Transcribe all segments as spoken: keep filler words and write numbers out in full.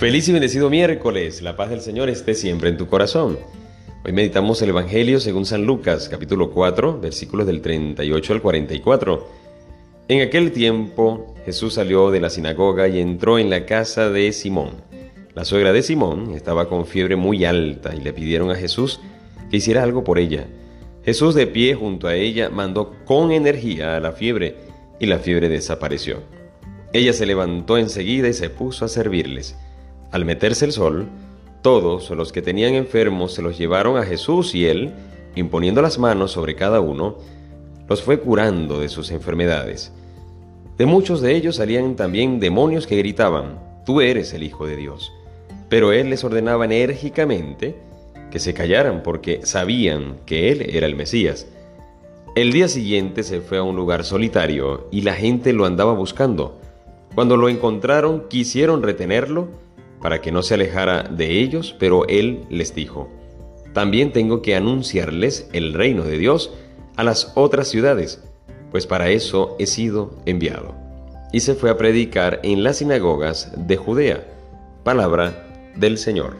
Feliz y bendecido miércoles. La paz del Señor esté siempre en tu corazón. Hoy meditamos el Evangelio según San Lucas, capítulo cuatro, versículos del treinta y ocho al cuarenta y cuatro. En aquel tiempo, Jesús salió de la sinagoga y entró en la casa de Simón. La suegra de Simón estaba con fiebre muy alta y le pidieron a Jesús que hiciera algo por ella. Jesús, de pie junto a ella, mandó con energía a la fiebre y la fiebre desapareció. Ella se levantó enseguida y se puso a servirles. Al meterse el sol, todos los que tenían enfermos se los llevaron a Jesús y él, imponiendo las manos sobre cada uno, los fue curando de sus enfermedades. De muchos de ellos salían también demonios que gritaban: «Tú eres el Hijo de Dios». Pero él les ordenaba enérgicamente que se callaran porque sabían que él era el Mesías. El día siguiente se fue a un lugar solitario y la gente lo andaba buscando. Cuando lo encontraron, quisieron retenerlo para que no se alejara de ellos, pero él les dijo: «También tengo que anunciarles el reino de Dios a las otras ciudades, pues para eso he sido enviado». Y se fue a predicar en las sinagogas de Judea. Palabra del Señor.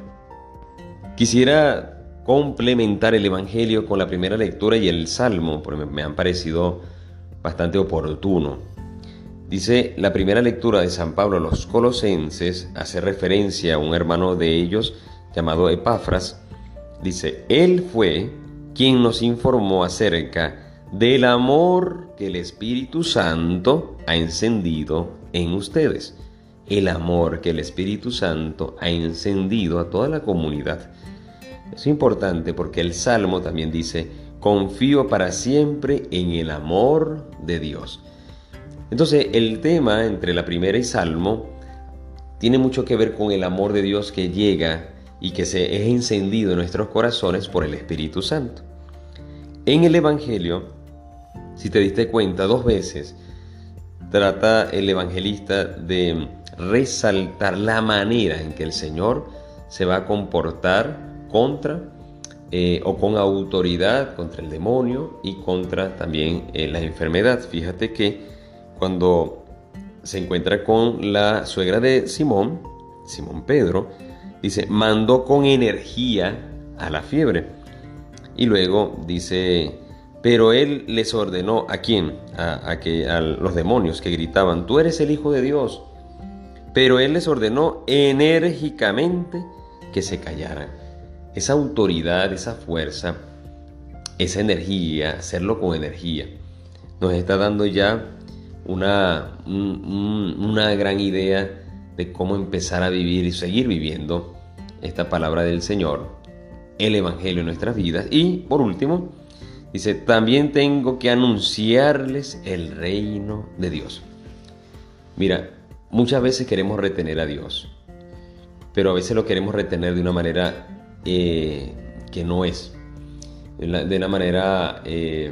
Quisiera complementar el Evangelio con la primera lectura y el Salmo, porque me han parecido bastante oportuno. Dice la primera lectura de San Pablo a los Colosenses, hace referencia a un hermano de ellos llamado Epafras. Dice: «Él fue quien nos informó acerca del amor que el Espíritu Santo ha encendido en ustedes». El amor que el Espíritu Santo ha encendido a toda la comunidad. Es importante porque el Salmo también dice: «Confío para siempre en el amor de Dios». Entonces, el tema entre la primera y Salmo tiene mucho que ver con el amor de Dios que llega y que se es encendido en nuestros corazones por el Espíritu Santo. En el Evangelio, si te diste cuenta, dos veces trata el evangelista de resaltar la manera en que el Señor se va a comportar contra eh, o con autoridad contra el demonio y contra también eh, la enfermedad. Fíjate que cuando se encuentra con la suegra de Simón, Simón Pedro, dice: mandó con energía a la fiebre. Y luego dice: pero él les ordenó, ¿a quién? A, a, que, a los demonios que gritaban: «Tú eres el Hijo de Dios». Pero él les ordenó enérgicamente que se callaran. Esa autoridad, esa fuerza, esa energía, hacerlo con energía, nos está dando ya una, un, un, una gran idea de cómo empezar a vivir y seguir viviendo esta palabra del Señor, el Evangelio en nuestras vidas. Y por último, dice: también tengo que anunciarles el reino de Dios. Mira, muchas veces queremos retener a Dios, pero a veces lo queremos retener de una manera eh, que no es, de, la, de una manera eh,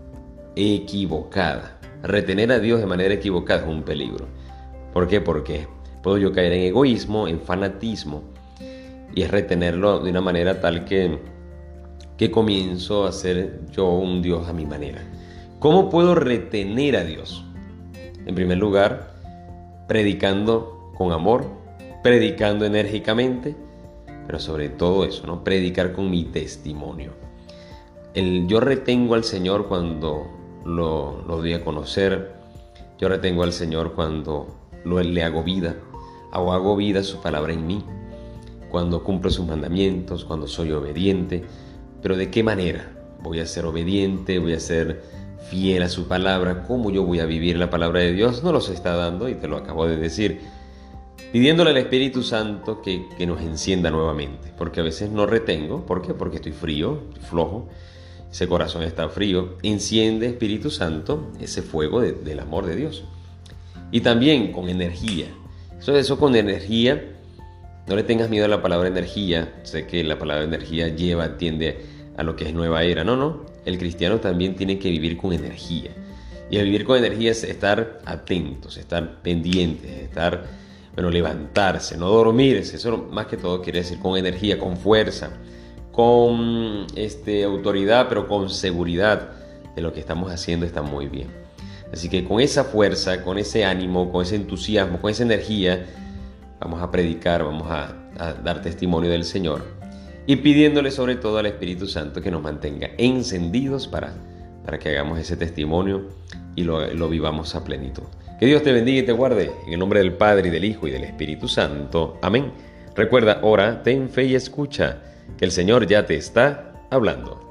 equivocada. Retener a Dios de manera equivocada es un peligro. ¿Por qué? Porque puedo yo caer en egoísmo, en fanatismo, y es retenerlo de una manera tal que que comienzo a ser yo un Dios a mi manera. ¿Cómo puedo retener a Dios? En primer lugar, predicando con amor, predicando enérgicamente, pero sobre todo eso, ¿no? Predicar con mi testimonio. El, yo retengo al Señor cuando lo, lo doy a conocer. Yo retengo al Señor cuando lo, le hago vida, o hago vida su palabra en mí, cuando cumplo sus mandamientos, cuando soy obediente. Pero ¿de qué manera? ¿Voy a ser obediente? ¿Voy a ser fiel a su palabra? ¿Cómo yo voy a vivir la palabra de Dios? No los está dando, y te lo acabo de decir, pidiéndole al Espíritu Santo que, que nos encienda nuevamente, porque a veces no retengo. ¿Por qué? Porque estoy frío, estoy flojo, ese corazón está frío. Enciende, Espíritu Santo, ese fuego de, del amor de Dios. Y también con energía. Eso, eso con energía. No le tengas miedo a la palabra energía. Sé que la palabra energía lleva, tiende a lo que es nueva era. No, no. El cristiano también tiene que vivir con energía. Y el vivir con energía es estar atentos, estar pendientes, estar, bueno, levantarse, no dormirse. Eso más que todo quiere decir con energía, con fuerza, con este, autoridad, pero con seguridad de lo que estamos haciendo está muy bien. Así que con esa fuerza, con ese ánimo, con ese entusiasmo, con esa energía, vamos a predicar, vamos a, a dar testimonio del Señor y pidiéndole sobre todo al Espíritu Santo que nos mantenga encendidos para, para que hagamos ese testimonio y lo, lo vivamos a plenitud. Que Dios te bendiga y te guarde, en el nombre del Padre, y del Hijo, y del Espíritu Santo. Amén. Recuerda, ora, ten fe y escucha, que el Señor ya te está hablando.